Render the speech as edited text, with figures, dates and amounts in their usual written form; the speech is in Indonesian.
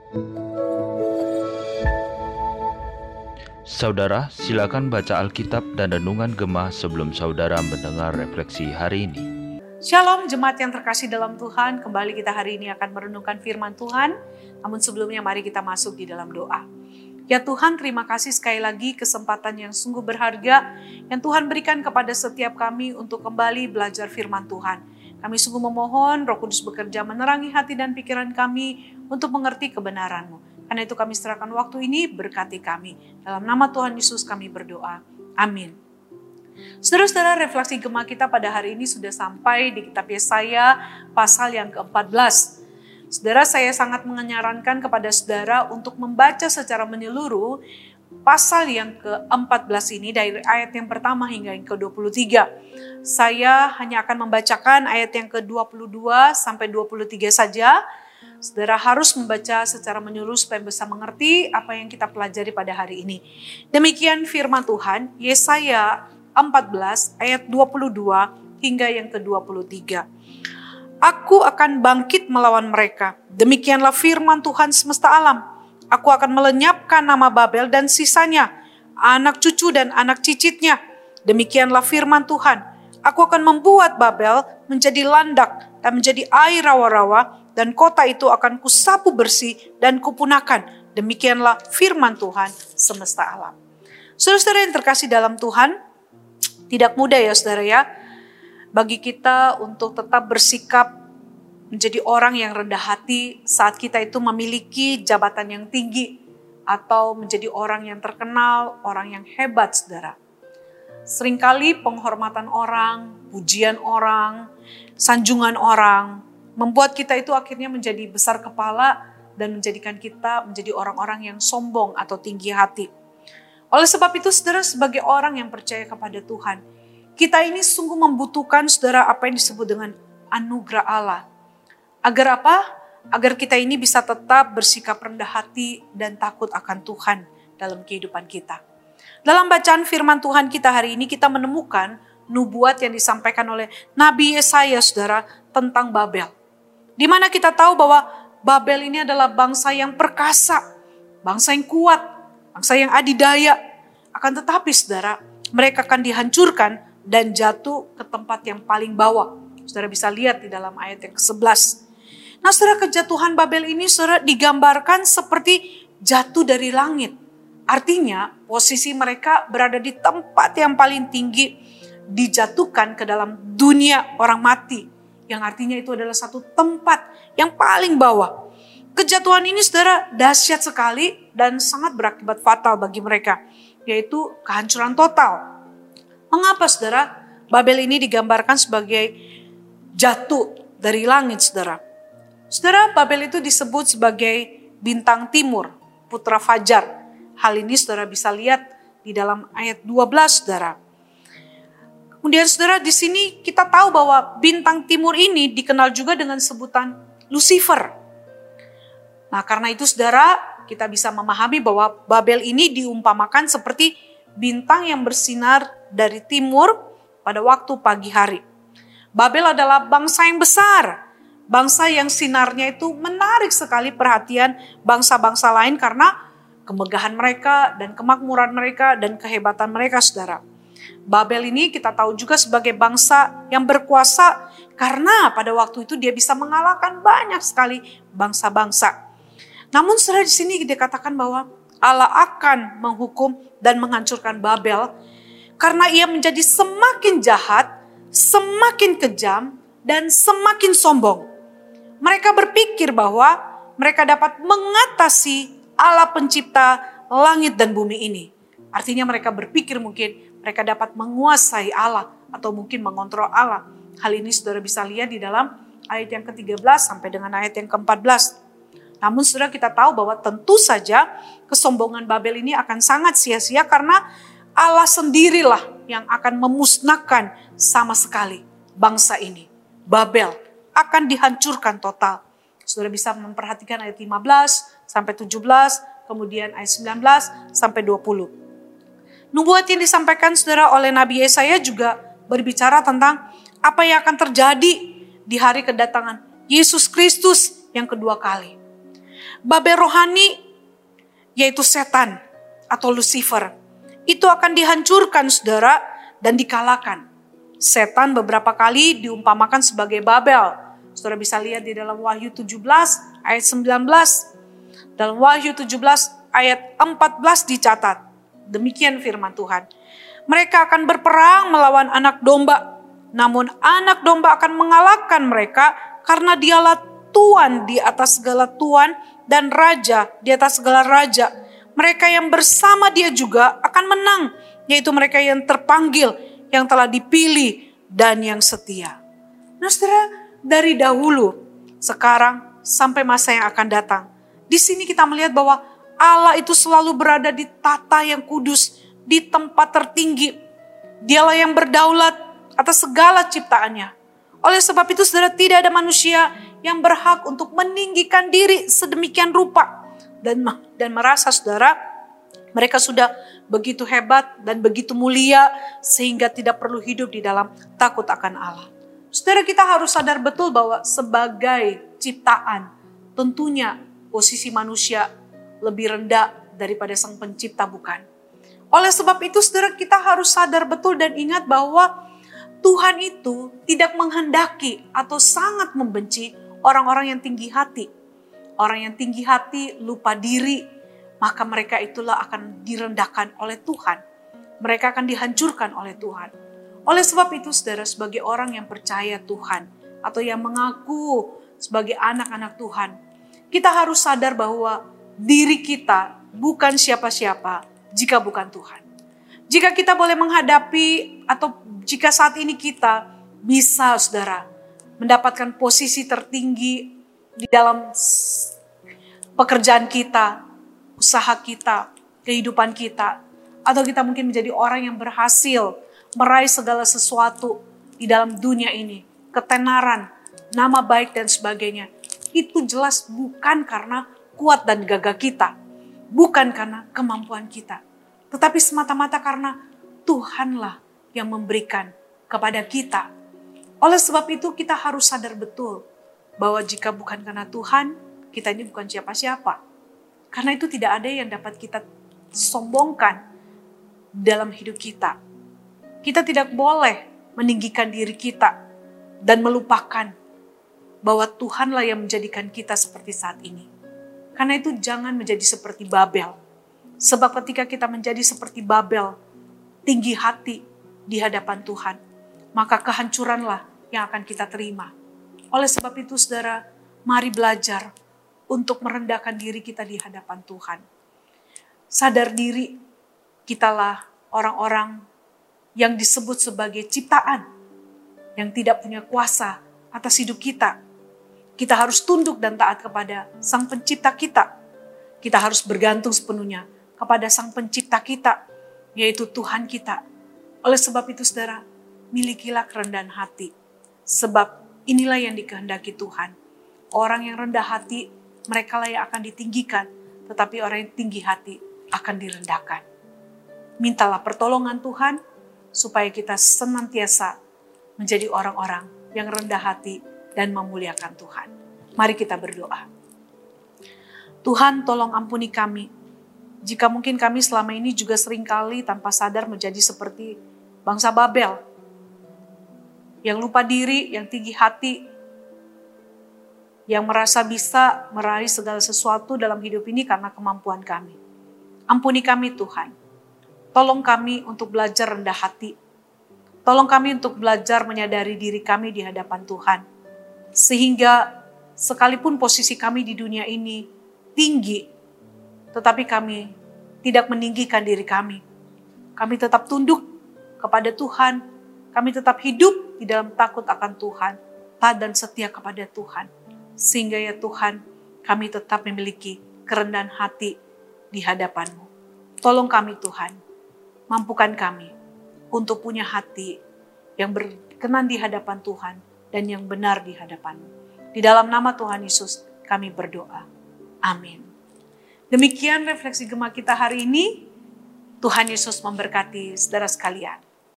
Saudara, silakan baca Alkitab dan Renungan Gemah sebelum saudara mendengar refleksi hari ini. Shalom jemaat yang terkasih dalam Tuhan, kembali kita hari ini akan merenungkan firman Tuhan. Namun sebelumnya mari kita masuk di dalam doa. Ya Tuhan, terima kasih sekali lagi kesempatan yang sungguh berharga yang Tuhan berikan kepada setiap kami untuk kembali belajar firman Tuhan. Kami sungguh memohon Roh Kudus bekerja menerangi hati dan pikiran kami untuk mengerti kebenaran-Mu. Karena itu kami serahkan waktu ini, berkati kami. Dalam nama Tuhan Yesus kami berdoa. Amin. Saudara-saudara, refleksi Gemah kita pada hari ini sudah sampai di kitab Yesaya pasal yang ke-14. Saudara, saya sangat menyarankan kepada saudara untuk membaca secara menyeluruh pasal yang ke-14 ini dari ayat yang pertama hingga yang ke-23. Saya hanya akan membacakan ayat yang ke-22 sampai 23 saja. Saudara harus membaca secara menyeluruh supaya bisa mengerti apa yang kita pelajari pada hari ini. Demikian firman Tuhan, Yesaya 14 ayat 22 hingga yang ke-23. Aku akan bangkit melawan mereka. Demikianlah firman Tuhan semesta alam. Aku akan melenyapkan nama Babel dan sisanya, anak cucu dan anak cicitnya. Demikianlah firman Tuhan. Aku akan membuat Babel menjadi landak dan menjadi air rawa-rawa, dan kota itu akan kusapu bersih dan kupunahkan. Demikianlah firman Tuhan semesta alam. Saudara-saudara yang terkasih dalam Tuhan, tidak mudah ya saudara ya, bagi kita untuk tetap bersikap menjadi orang yang rendah hati saat kita itu memiliki jabatan yang tinggi atau menjadi orang yang terkenal, orang yang hebat saudara. Seringkali penghormatan orang, pujian orang, sanjungan orang membuat kita itu akhirnya menjadi besar kepala dan menjadikan kita menjadi orang-orang yang sombong atau tinggi hati. Oleh sebab itu saudara, sebagai orang yang percaya kepada Tuhan, kita ini sungguh membutuhkan saudara apa yang disebut dengan anugerah Allah. Agar apa? Agar kita ini bisa tetap bersikap rendah hati dan takut akan Tuhan dalam kehidupan kita. Dalam bacaan firman Tuhan kita hari ini kita menemukan nubuat yang disampaikan oleh Nabi Yesaya saudara tentang Babel. Di mana kita tahu bahwa Babel ini adalah bangsa yang perkasa, bangsa yang kuat, bangsa yang adidaya. Akan tetapi saudara, mereka akan dihancurkan dan jatuh ke tempat yang paling bawah. Saudara bisa lihat di dalam ayat yang ke-11. Nah saudara, kejatuhan Babel ini saudara digambarkan seperti jatuh dari langit. Artinya posisi mereka berada di tempat yang paling tinggi, dijatuhkan ke dalam dunia orang mati. Yang artinya itu adalah satu tempat yang paling bawah. Kejatuhan ini saudara dahsyat sekali dan sangat berakibat fatal bagi mereka. Yaitu kehancuran total. Mengapa saudara? Babel ini digambarkan sebagai jatuh dari langit saudara. Saudara, Babel itu disebut sebagai bintang timur, putra fajar. Hal ini saudara bisa lihat di dalam ayat 12 saudara. Kemudian saudara, di sini kita tahu bahwa bintang timur ini dikenal juga dengan sebutan Lucifer. Nah karena itu saudara, kita bisa memahami bahwa Babel ini diumpamakan seperti bintang yang bersinar dari timur pada waktu pagi hari. Babel adalah bangsa yang besar, bangsa yang sinarnya itu menarik sekali perhatian bangsa-bangsa lain karena kemegahan mereka dan kemakmuran mereka dan kehebatan mereka saudara. Babel ini kita tahu juga sebagai bangsa yang berkuasa karena pada waktu itu dia bisa mengalahkan banyak sekali bangsa-bangsa. Namun saudara, di sini dikatakan bahwa Allah akan menghukum dan menghancurkan Babel karena ia menjadi semakin jahat, semakin kejam dan semakin sombong. Mereka berpikir bahwa mereka dapat mengatasi Allah pencipta langit dan bumi ini. Artinya mereka berpikir mungkin mereka dapat menguasai Allah atau mungkin mengontrol Allah. Hal ini saudara bisa lihat di dalam ayat yang ke-13 sampai dengan ayat yang ke-14. Namun saudara, kita tahu bahwa tentu saja kesombongan Babel ini akan sangat sia-sia karena Allah sendirilah yang akan memusnahkan sama sekali bangsa ini. Babel akan dihancurkan total. Saudara bisa memperhatikan ayat 15 sampai 17, kemudian ayat 19 sampai 20. Nubuat yang disampaikan saudara oleh Nabi Yesaya juga berbicara tentang apa yang akan terjadi di hari kedatangan Yesus Kristus yang kedua kali. Babel rohani, yaitu setan atau Lucifer, itu akan dihancurkan saudara dan dikalahkan. Setan beberapa kali diumpamakan sebagai Babel. Saudara bisa lihat di dalam Wahyu 17 ayat 19. Dalam Wahyu 17 ayat 14 dicatat. Demikian firman Tuhan. Mereka akan berperang melawan anak domba. Namun anak domba akan mengalahkan mereka karena dialah Tuhan di atas segala Tuhan dan Raja di atas segala Raja. Mereka yang bersama dia juga akan menang. Yaitu mereka yang terpanggil, yang telah dipilih dan yang setia. Nah saudara, dari dahulu, sekarang, sampai masa yang akan datang. Di sini kita melihat bahwa Allah itu selalu berada di tata yang kudus, di tempat tertinggi. Dialah yang berdaulat atas segala ciptaannya. Oleh sebab itu saudara, tidak ada manusia yang berhak untuk meninggikan diri sedemikian rupa. Dan merasa saudara, mereka sudah begitu hebat dan begitu mulia sehingga tidak perlu hidup di dalam takut akan Allah. Saudara, kita harus sadar betul bahwa sebagai ciptaan, tentunya posisi manusia lebih rendah daripada Sang Pencipta, bukan? Oleh sebab itu, saudara, kita harus sadar betul dan ingat bahwa Tuhan itu tidak menghendaki atau sangat membenci orang-orang yang tinggi hati. Orang yang tinggi hati, lupa diri, maka mereka itulah akan direndahkan oleh Tuhan. Mereka akan dihancurkan oleh Tuhan. Oleh sebab itu saudara, sebagai orang yang percaya Tuhan atau yang mengaku sebagai anak-anak Tuhan, kita harus sadar bahwa diri kita bukan siapa-siapa jika bukan Tuhan. Jika kita boleh menghadapi atau jika saat ini kita bisa saudara mendapatkan posisi tertinggi di dalam pekerjaan kita, usaha kita, kehidupan kita, atau kita mungkin menjadi orang yang berhasil meraih segala sesuatu di dalam dunia ini, ketenaran, nama baik dan sebagainya. Itu jelas bukan karena kuat dan gagah kita, bukan karena kemampuan kita, tetapi semata-mata karena Tuhanlah yang memberikan kepada kita. Oleh sebab itu kita harus sadar betul bahwa jika bukan karena Tuhan, kita ini bukan siapa-siapa. Karena itu tidak ada yang dapat kita sombongkan dalam hidup kita. Kita tidak boleh meninggikan diri kita dan melupakan bahwa Tuhanlah yang menjadikan kita seperti saat ini. Karena itu jangan menjadi seperti Babel. Sebab ketika kita menjadi seperti Babel, tinggi hati di hadapan Tuhan, maka kehancuranlah yang akan kita terima. Oleh sebab itu saudara, mari belajar untuk merendahkan diri kita di hadapan Tuhan. Sadar diri, kitalah orang-orang yang disebut sebagai ciptaan, yang tidak punya kuasa atas hidup kita. Kita harus tunduk dan taat kepada Sang Pencipta kita. Kita harus bergantung sepenuhnya kepada Sang Pencipta kita, yaitu Tuhan kita. Oleh sebab itu saudara, milikilah kerendahan hati. Sebab inilah yang dikehendaki Tuhan. Orang yang rendah hati, mereka lah yang akan ditinggikan. Tetapi orang yang tinggi hati akan direndahkan. Mintalah pertolongan Tuhan, supaya kita senantiasa menjadi orang-orang yang rendah hati dan memuliakan Tuhan. Mari kita berdoa. Tuhan, tolong ampuni kami. Jika mungkin kami selama ini juga seringkali tanpa sadar menjadi seperti bangsa Babel. Yang lupa diri, yang tinggi hati, yang merasa bisa meraih segala sesuatu dalam hidup ini karena kemampuan kami. Ampuni kami Tuhan. Tolong kami untuk belajar rendah hati. Tolong kami untuk belajar menyadari diri kami di hadapan Tuhan. Sehingga sekalipun posisi kami di dunia ini tinggi, tetapi kami tidak meninggikan diri kami. Kami tetap tunduk kepada Tuhan. Kami tetap hidup di dalam takut akan Tuhan. Taat dan setia kepada Tuhan. Sehingga ya Tuhan, kami tetap memiliki kerendahan hati di hadapan-Mu. Tolong kami Tuhan. Mampukan kami untuk punya hati yang berkenan di hadapan Tuhan dan yang benar di hadapan-Mu. Di dalam nama Tuhan Yesus kami berdoa. Amin. Demikian refleksi Gema kita hari ini. Tuhan Yesus memberkati saudara sekalian.